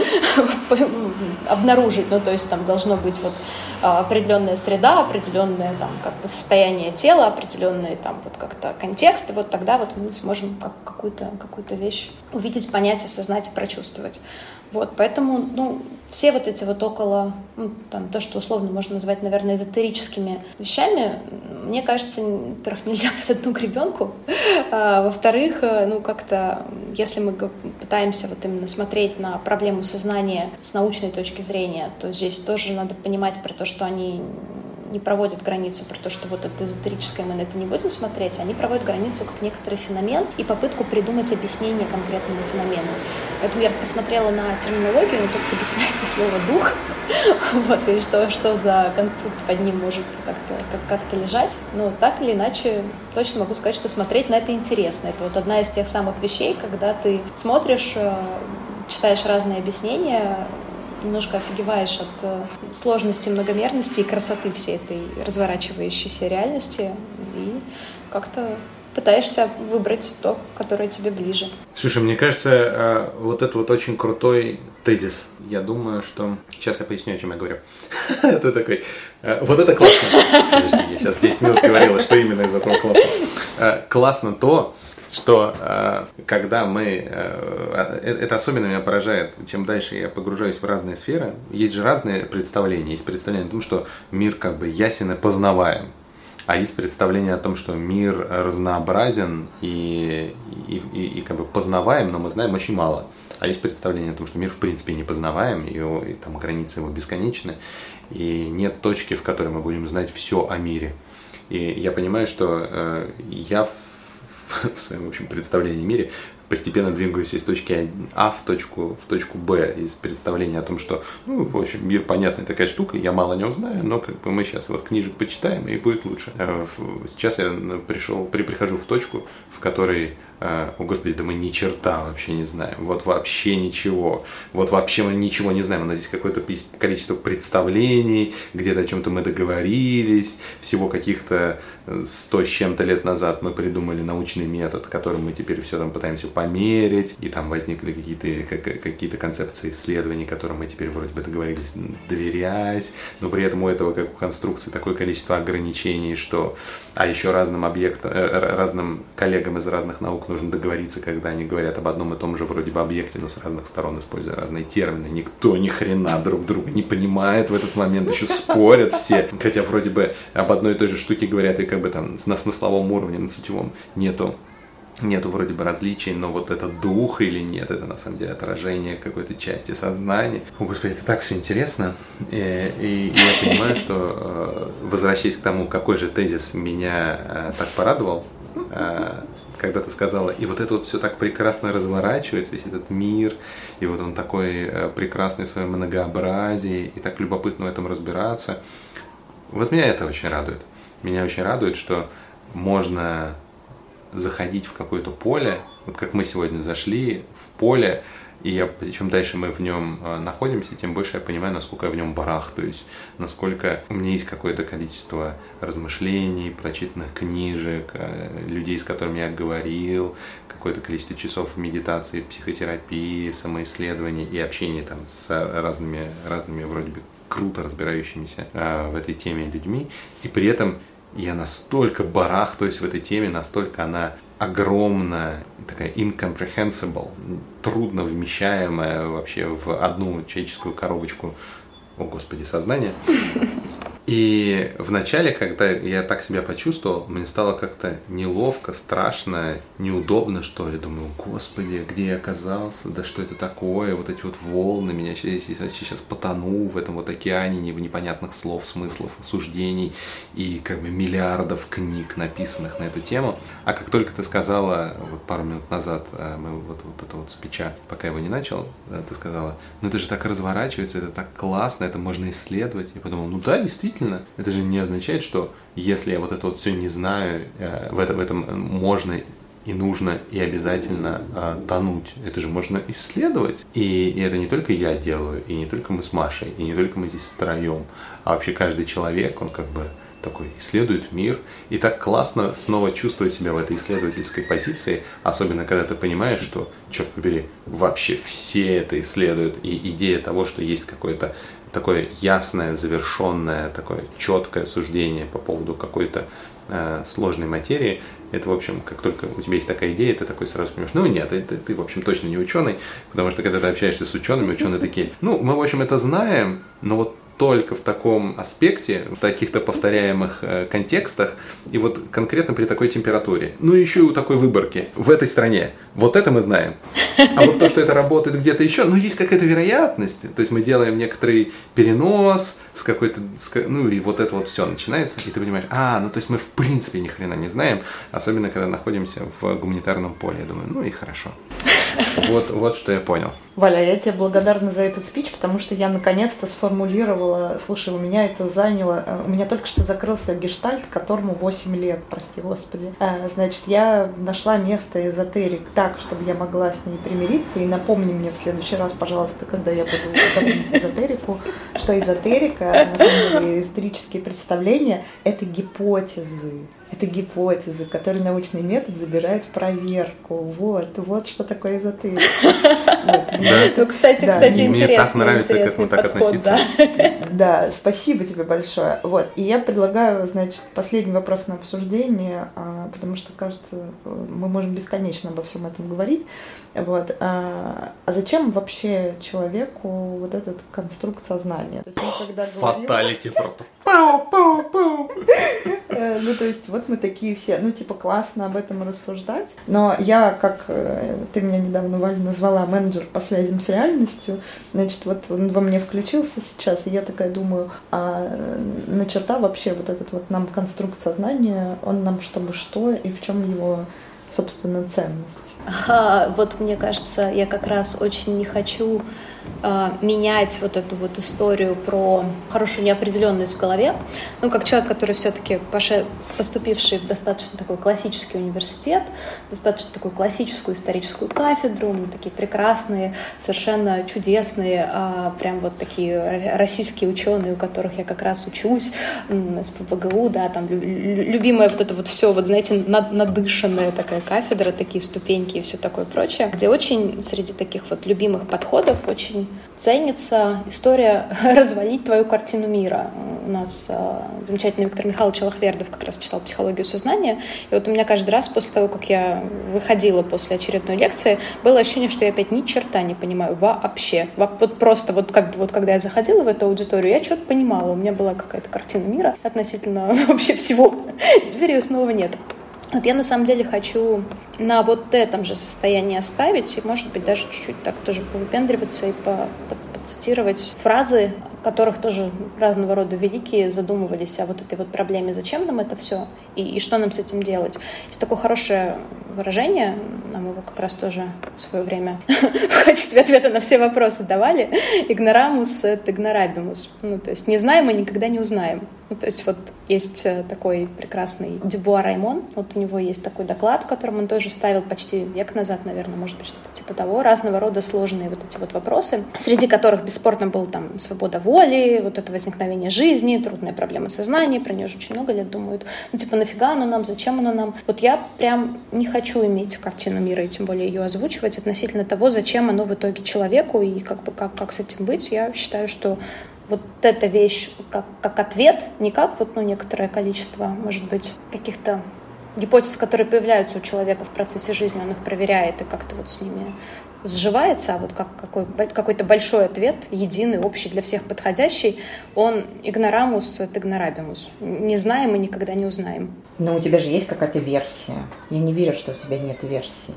обнаружить. Ну, то есть там должно быть вот определенная среда, определенное там как бы состояние тела, определенный там вот как-то контекст, и вот тогда вот мы сможем какую-то вещь увидеть, понять, осознать и прочувствовать. Вот, поэтому, ну, все вот эти вот около, ну, там, то, что условно можно назвать, наверное, эзотерическими вещами, мне кажется, во-первых, нельзя под одну гребенку, во-вторых, ну, как-то, если мы пытаемся вот именно смотреть на проблему сознания с научной точки зрения, то здесь тоже надо понимать про то, что они не проводят границу, про то, что вот это эзотерическое мы на это не будем смотреть, они проводят границу как некоторый феномен и попытку придумать объяснение конкретному феномену. Поэтому я посмотрела на терминологию, но тут объясняется слово «дух», вот, и что за конструкт под ним может как-то лежать. Но так или иначе, точно могу сказать, что смотреть на это интересно. Это вот одна из тех самых вещей, когда ты смотришь, читаешь разные объяснения, немножко офигеваешь от сложности, многомерности и красоты всей этой разворачивающейся реальности и как-то пытаешься выбрать то, которое тебе ближе. Слушай, мне кажется, вот это вот очень крутой тезис. Я думаю, что... Сейчас я поясню, о чем я говорю. Это такой... Вот это классно. Подожди, я сейчас 10 минут говорила, что именно из этого классно. Классно то, что когда мы... Это особенно меня поражает, чем дальше я погружаюсь в разные сферы, есть же разные представления. Есть представление о том, что мир как бы ясен и познаваем. А есть представление о том, что мир разнообразен и как бы познаваем, но мы знаем очень мало. А есть представление о том, что мир в принципе не познаваем, и там границы его бесконечны, и нет точки, в которой мы будем знать все о мире. И я понимаю, что я в своем, в общем, представлении о мире постепенно двигаюсь из точки А в точку Б, из представления о том, что, ну, в общем, мир понятная такая штука, я мало о нем знаю, но как бы мы сейчас вот книжек почитаем, и будет лучше. Сейчас я прихожу в точку, в которой, о господи, да мы ни черта вообще не знаем, вот вообще ничего, вот вообще мы ничего не знаем, у нас здесь какое-то количество представлений, где-то о чем-то мы договорились, всего каких-то 100 с чем-то лет назад мы придумали научный метод, которым мы теперь все там пытаемся померить, и там возникли какие-то концепции исследований, которым мы теперь вроде бы договорились доверять, но при этом у этого, как у конструкции, такое количество ограничений, что... А еще разным коллегам из разных наук нужно договориться, когда они говорят об одном и том же вроде бы объекте, но с разных сторон, используя разные термины. Никто ни хрена друг друга не понимает в этот момент, еще спорят все, хотя вроде бы об одной и той же штуке говорят, и как бы там на смысловом уровне, на сутевом нету вроде бы различий, но вот это дух или нет, это на самом деле отражение какой-то части сознания. О, господи, это так все интересно. И я понимаю, что, возвращаясь к тому, какой же тезис меня так порадовал, когда ты сказала, и вот это вот все так прекрасно разворачивается, весь этот мир, и вот он такой прекрасный в своем многообразии, и так любопытно в этом разбираться. Вот меня это очень радует. Меня очень радует, что можно заходить в какое-то поле, вот как мы сегодня зашли в поле, и чем дальше мы в нем находимся, тем больше я понимаю, насколько я в нем барахтаюсь, насколько у меня есть какое-то количество размышлений, прочитанных книжек, людей, с которыми я говорил, какое-то количество часов медитации, психотерапии, самоисследований и общения там с разными вроде бы круто разбирающимися в этой теме людьми, и при этом я настолько барахтаюсь в этой теме, настолько она огромная, такая incomprehensible, трудно вмещаемая вообще в одну человеческую коробочку, о господи, сознания. И вначале, когда я так себя почувствовал, мне стало как-то неловко, страшно, неудобно, что ли. Думаю, господи, где я оказался, да что это такое, вот эти вот волны, меня сейчас потону в этом вот океане непонятных слов, смыслов, суждений и как бы миллиардов книг, написанных на эту тему. А как только ты сказала, вот пару минут назад, мы вот это вот спича, пока его не начал, ты сказала, ну это же так разворачивается, это так классно, это можно исследовать. Я подумал, ну да, действительно, это же не означает, что если я вот это вот все не знаю, в этом можно и нужно и обязательно тонуть. Это же можно исследовать. И это не только я делаю, и не только мы с Машей, и не только мы здесь втроем, а вообще каждый человек, он как бы такой исследует мир. И так классно снова чувствовать себя в этой исследовательской позиции, особенно когда ты понимаешь, что, черт побери, вообще все это исследуют. И идея того, что есть какое-то такое ясное, завершенное, такое четкое суждение по поводу какой-то сложной материи, это, в общем, как только у тебя есть такая идея, ты такой сразу понимаешь, ну нет, ты в общем, точно не ученый, потому что когда ты общаешься с учеными, ученые такие, ну, мы, в общем, это знаем, но вот только в таком аспекте, в каких-то повторяемых контекстах, и вот конкретно при такой температуре. Ну и еще и у такой выборки в этой стране. Вот это мы знаем. А вот то, что это работает где-то еще, ну есть какая-то вероятность. То есть мы делаем некоторый перенос с какой-то, ну и вот это вот все начинается, и ты понимаешь, ну то есть мы в принципе ни хрена не знаем, особенно когда находимся в гуманитарном поле. Я думаю, ну и хорошо. Вот что я понял. Валя, я тебе благодарна за этот спич, потому что я наконец-то сформулировала, слушай, у меня это заняло, у меня только что закрылся гештальт, которому 8 лет, прости господи. Значит, я нашла место эзотерик так, чтобы я могла с ней примириться, и напомни мне в следующий раз, пожалуйста, когда я буду говорить эзотерику, что эзотерика, на самом деле, эзотерические представления — это гипотезы. Это гипотезы, которые научный метод забирает в проверку. Вот что такое эзотерика. Ну, кстати, интересный, мне так нравится к этому так относиться. Да, спасибо тебе большое. Вот, и я предлагаю, значит, последний вопрос на обсуждение, потому что, кажется, мы можем бесконечно обо всем этом говорить. Вот. А зачем вообще человеку вот этот конструкт сознания? То есть мы когда говорим... Фаталити просто. Ну, то есть, вот мы такие все, ну, типа, классно об этом рассуждать. Но я, как ты меня недавно, Валя, назвала, менеджер по связям с реальностью, значит, вот он во мне включился сейчас, и я такая думаю, на черта вообще вот этот вот нам конструкт сознания, он нам чтобы что, и в чем его, собственно, ценность? Вот мне кажется, я как раз очень не хочу менять вот эту вот историю про хорошую неопределенность в голове. Ну, как человек, который все-таки поступивший в достаточно такой классический университет, достаточно такую классическую историческую кафедру, такие прекрасные, совершенно чудесные, прям вот такие российские ученые, у которых я как раз учусь, с ППГУ, да, там любимая вот это вот все, вот знаете, надышанная такая кафедра, такие ступеньки и все такое прочее, где очень среди таких вот любимых подходов очень ценится история развалить твою картину мира. У нас замечательный Виктор Михайлович Алахвердов как раз читал «Психологию сознания», и вот у меня каждый раз после того, как я выходила после очередной лекции, было ощущение, что я опять ни черта не понимаю вообще. Вот просто вот когда я заходила в эту аудиторию, я что-то понимала, у меня была какая-то картина мира относительно вообще всего. Теперь ее снова нет. Вот я на самом деле хочу на вот этом же состоянии оставить и, может быть, даже чуть-чуть так тоже повыпендриваться и поцитировать фразы, которых тоже разного рода великие задумывались о вот этой вот проблеме, зачем нам это все и что нам с этим делать. Есть такое хорошее выражение, нам его как раз тоже в свое время в качестве ответа на все вопросы давали: ignoramus et ignorabimus. Ну, то есть не знаем и никогда не узнаем. Ну, то есть вот есть такой прекрасный Дюбуа Раймон, вот у него есть такой доклад, в котором он тоже ставил почти век назад, наверное, может быть, что-то типа того, разного рода сложные вот эти вот вопросы, среди которых бесспорно был там свобода воли, вот это возникновение жизни, трудная проблема сознания, про нее уже очень много лет думают. Ну, типа, нафига оно нам, зачем оно нам? Вот я прям не хочу иметь картину мира и тем более ее озвучивать относительно того, зачем оно в итоге человеку и как с этим быть. Я считаю, что вот эта вещь как ответ, не как вот, некоторое количество, может быть, каких-то гипотез, которые появляются у человека в процессе жизни, он их проверяет и как-то вот с ними сживается, а вот как какой-то большой ответ, единый, общий, для всех подходящий, он ignoramus et ignorabimus. Не знаем и никогда не узнаем. Но у тебя же есть какая-то версия. Я не верю, что у тебя нет версии.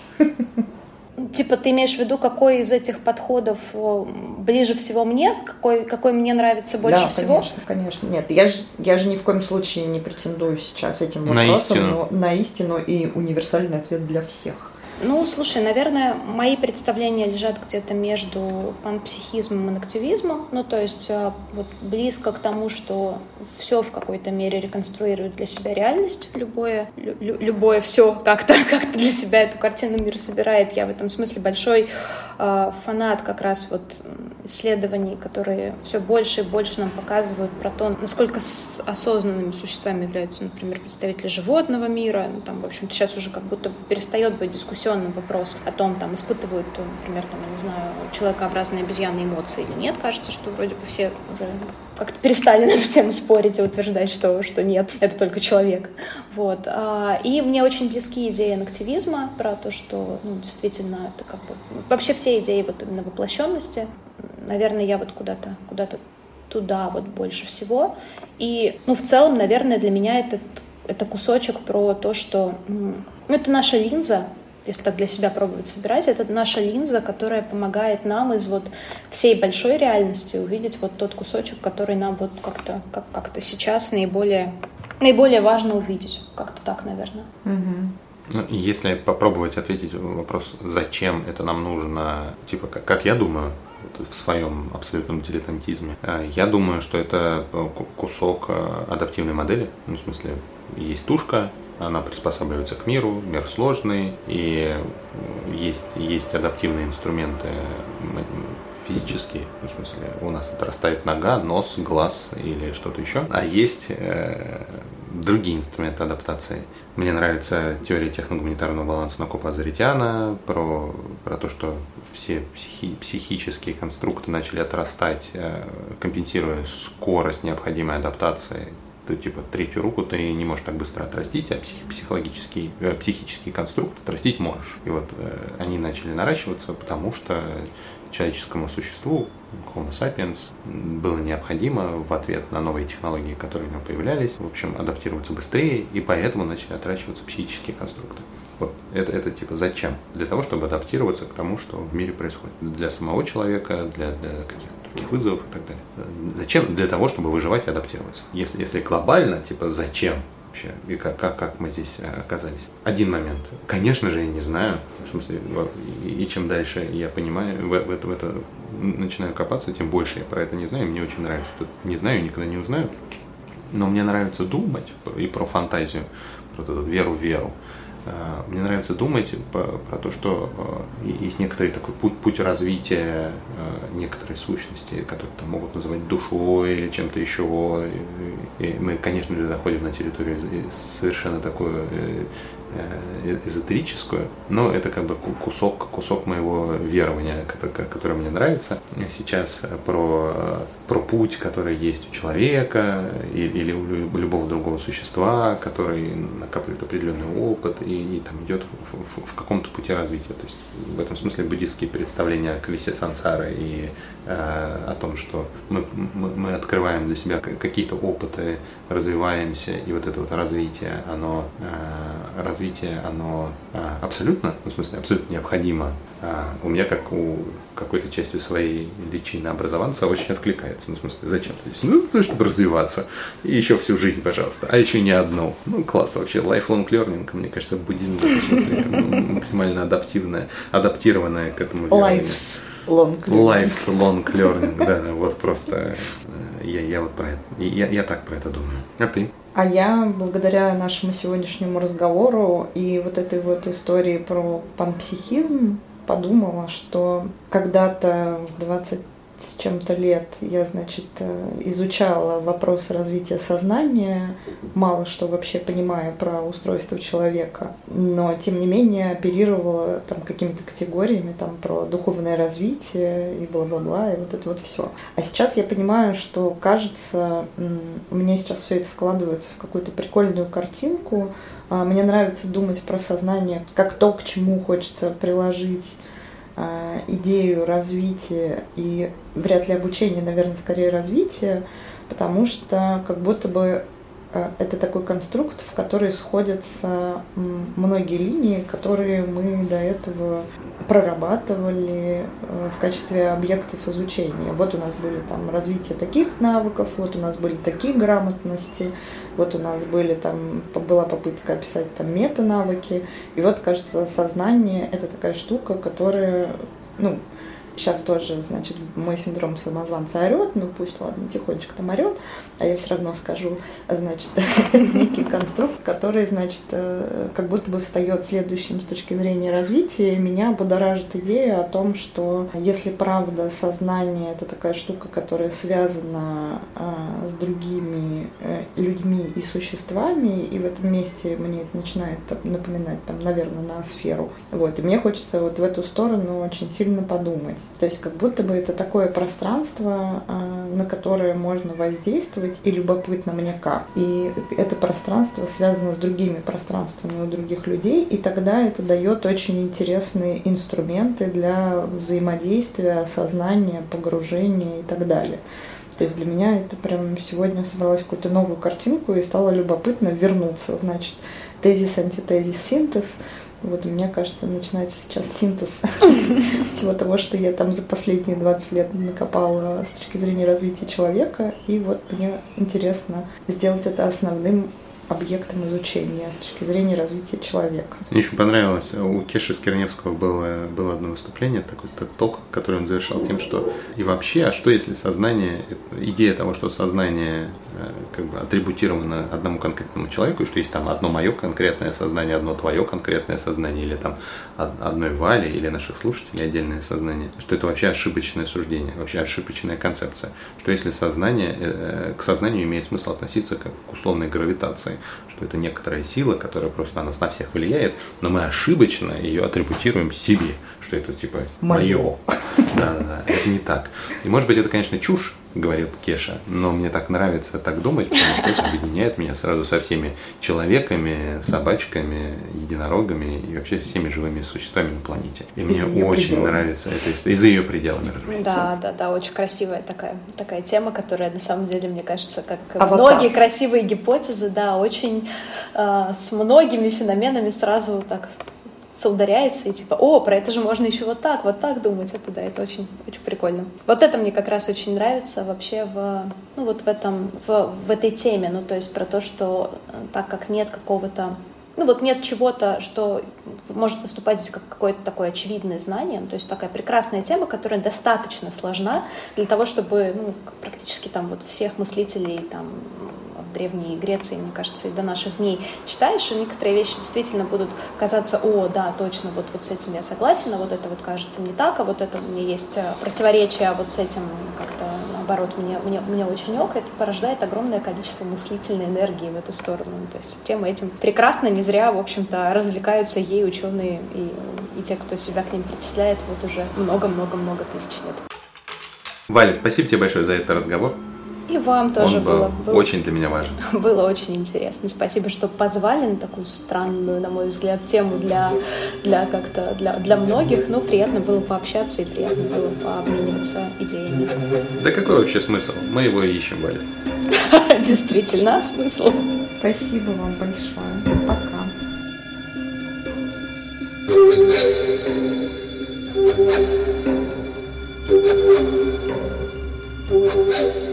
Типа ты имеешь в виду, какой из этих подходов ближе всего мне, какой мне нравится больше всего? Да, конечно. Нет, я же ни в коем случае не претендую сейчас этим вопросом на истину и универсальный ответ для всех. Ну, слушай, наверное, мои представления лежат где-то между панпсихизмом и нактивизмом, ну, то есть вот близко к тому, что все в какой-то мере реконструирует для себя реальность, любое все как-то для себя эту картину мира собирает. Я в этом смысле большой фанат как раз вот исследований, которые все больше и больше нам показывают про то, насколько осознанными существами являются, например, представители животного мира. Ну, там, в общем-то, сейчас уже как будто перестает быть дискуссионным вопрос о том, там, испытывают, например, там, я не знаю, человекообразные обезьяны эмоции или нет. Кажется, что вроде бы все уже как-то перестали на эту тему спорить и утверждать, что нет, это только человек. Вот. И мне очень близки идеи нактивизма про то, что действительно это как бы вообще все идеи вот именно воплощенности. Наверное, я вот куда-то туда вот больше всего. И, в целом, наверное, для меня это кусочек про то, что это наша линза, если так для себя пробовать собирать, это наша линза, которая помогает нам из вот всей большой реальности увидеть вот тот кусочек, который нам вот как-то сейчас наиболее важно увидеть. Как-то так, наверное. Ну, если попробовать ответить на вопрос, зачем это нам нужно, типа, как я думаю, в своем абсолютном дилетантизме, я думаю, что это кусок адаптивной модели. Ну, в смысле, есть тушка, она приспосабливается к миру, мир сложный, и есть адаптивные инструменты физические, в смысле, у нас отрастает нога, нос, глаз или что-то еще, а есть другие инструменты адаптации. Мне нравится теория техногуманитарного баланса Накопа Азаритяна про то, что все психические конструкты начали отрастать, компенсируя скорость необходимой адаптации. Ты, типа, третью руку ты не можешь так быстро отрастить, а психический конструкт отрастить можешь. И вот они начали наращиваться, потому что человеческому существу, Homo sapiens, было необходимо в ответ на новые технологии, которые у него появлялись, в общем, адаптироваться быстрее, и поэтому начали отращиваться психические конструкты. Вот это типа зачем? Для того, чтобы адаптироваться к тому, что в мире происходит. Для самого человека, для каких-то других вызовов и так далее. Зачем? Для того, чтобы выживать и адаптироваться. Если глобально, типа зачем? Вообще, и как мы здесь оказались. Один момент. Конечно же, я не знаю. В смысле, и чем дальше я понимаю, в это начинаю копаться, тем больше я про это не знаю. Мне очень нравится. Не знаю, никогда не узнаю. Но мне нравится думать и про фантазию, про эту веру. Мне нравится думать про то, что есть некоторый такой путь развития некоторой сущности, которые там могут называть душой или чем-то еще. И мы, конечно же, заходим на территорию совершенно такую эзотерическую, но это как бы кусок моего верования, которое мне нравится. Сейчас про путь, который есть у человека или у любого другого существа, который накапливает определенный опыт и там идет в каком-то пути развития. То есть в этом смысле буддистские представления о колесе сансары и о том, что мы открываем для себя какие-то опыты, развиваемся, и вот это вот развитие, оно абсолютно, в смысле, абсолютно необходимо. У меня, как у какой-то частью своей личины образоваться, очень откликается. Ну, в смысле, зачем? То есть, чтобы развиваться. И еще всю жизнь, пожалуйста. А еще не одну. Ну, класс вообще. Lifelong learning, мне кажется, буддизм в этом смысле максимально адаптированное к этому верованию. Lifelong learning. Да, вот просто я вот про это. Я так про это думаю. А ты? А я, благодаря нашему сегодняшнему разговору и вот этой вот истории про панпсихизм, подумала, что когда-то в 20 с чем-то лет я, значит, изучала вопросы развития сознания, мало что вообще понимая про устройство человека, но, тем не менее, оперировала там какими-то категориями там про духовное развитие и бла-бла-бла, и вот это вот все. А сейчас я понимаю, что, кажется, у меня сейчас все это складывается в какую-то прикольную картинку. Мне нравится думать про сознание как то, к чему хочется приложить идею развития и вряд ли обучения, наверное, скорее развития, потому что как будто бы это такой конструкт, в который сходятся многие линии, которые мы до этого прорабатывали в качестве объектов изучения. Вот у нас были там развитие таких навыков, вот у нас были такие грамотности, вот у нас была попытка описать там мета-навыки. И вот, кажется, сознание — это такая штука, которая, сейчас тоже, значит, мой синдром самозванца орет, пусть, ладно, тихонечко там орет, а я все равно скажу, значит, некий конструкт, который, значит, как будто бы встает следующим с точки зрения развития. Меня будоражит идея о том, что если правда сознание — это такая штука, которая связана с другими людьми и существами, и в этом месте мне это начинает напоминать, наверное, ноосферу. И мне хочется в эту сторону очень сильно подумать. То есть как будто бы это такое пространство, на которое можно воздействовать, и любопытно мне как. И это пространство связано с другими пространствами у других людей, и тогда это дает очень интересные инструменты для взаимодействия, осознания, погружения и так далее. То есть для меня это прям сегодня собралась какую-то новую картинку, и стало любопытно вернуться. Значит, тезис, антитезис, синтез. Мне кажется, начинается сейчас синтез всего того, что я там за последние 20 лет накопала с точки зрения развития человека. И мне интересно сделать это основным объектом изучения с точки зрения развития человека. Мне очень понравилось, у Кеши Скирневского было одно выступление, такой ток, который он завершал тем, что и вообще, а что если сознание, идея того, что сознание атрибутировано одному конкретному человеку, и что есть там одно мое конкретное сознание, одно твое конкретное сознание, или там одной Вали, или наших слушателей отдельное сознание, что это вообще ошибочное суждение, вообще ошибочная концепция, что если к сознанию имеет смысл относиться как к условной гравитации, что это некоторая сила, которая просто на нас на всех влияет, но мы ошибочно ее атрибутируем себе, что это типа мое. Да, это не так. И может быть это, конечно, чушь, говорит Кеша, но мне так нравится так думать, потому что это объединяет меня сразу со всеми человеками, собачками, единорогами и вообще всеми живыми существами на планете. И мне очень нравится это из-за ее пределами, разумеется. Да, очень красивая такая тема, которая на самом деле, мне кажется, как многие красивые гипотезы, очень с многими феноменами сразу так соударяется, и про это же можно еще вот так думать. Это очень, очень прикольно. Вот это мне как раз очень нравится вообще в этой теме. То есть про то, что так как нет какого-то, нет чего-то, что может выступать здесь как какое-то такое очевидное знание, то есть такая прекрасная тема, которая достаточно сложна для того, чтобы практически всех мыслителей в Древней Греции, мне кажется, и до наших дней читаешь, и некоторые вещи действительно будут казаться, да, точно, вот с этим я согласен, а вот это кажется не так, а вот это у меня есть противоречие, а вот с этим как-то наоборот мне очень ок, это порождает огромное количество мыслительной энергии в эту сторону. То есть тема этим прекрасна, не зря, в общем-то, развлекаются ей ученые и те, кто себя к ним причисляет уже много-много-много тысяч лет. Валя, спасибо тебе большое за этот разговор. И вам тоже Он был очень для меня важен. Было очень интересно. Спасибо, что позвали на такую странную, на мой взгляд, тему для многих. Но приятно было пообщаться и приятно было пообмениваться идеями. Да какой вообще смысл? Мы его и ищем, Валя. Действительно, а смысл? Спасибо вам большое. Пока. Thank you.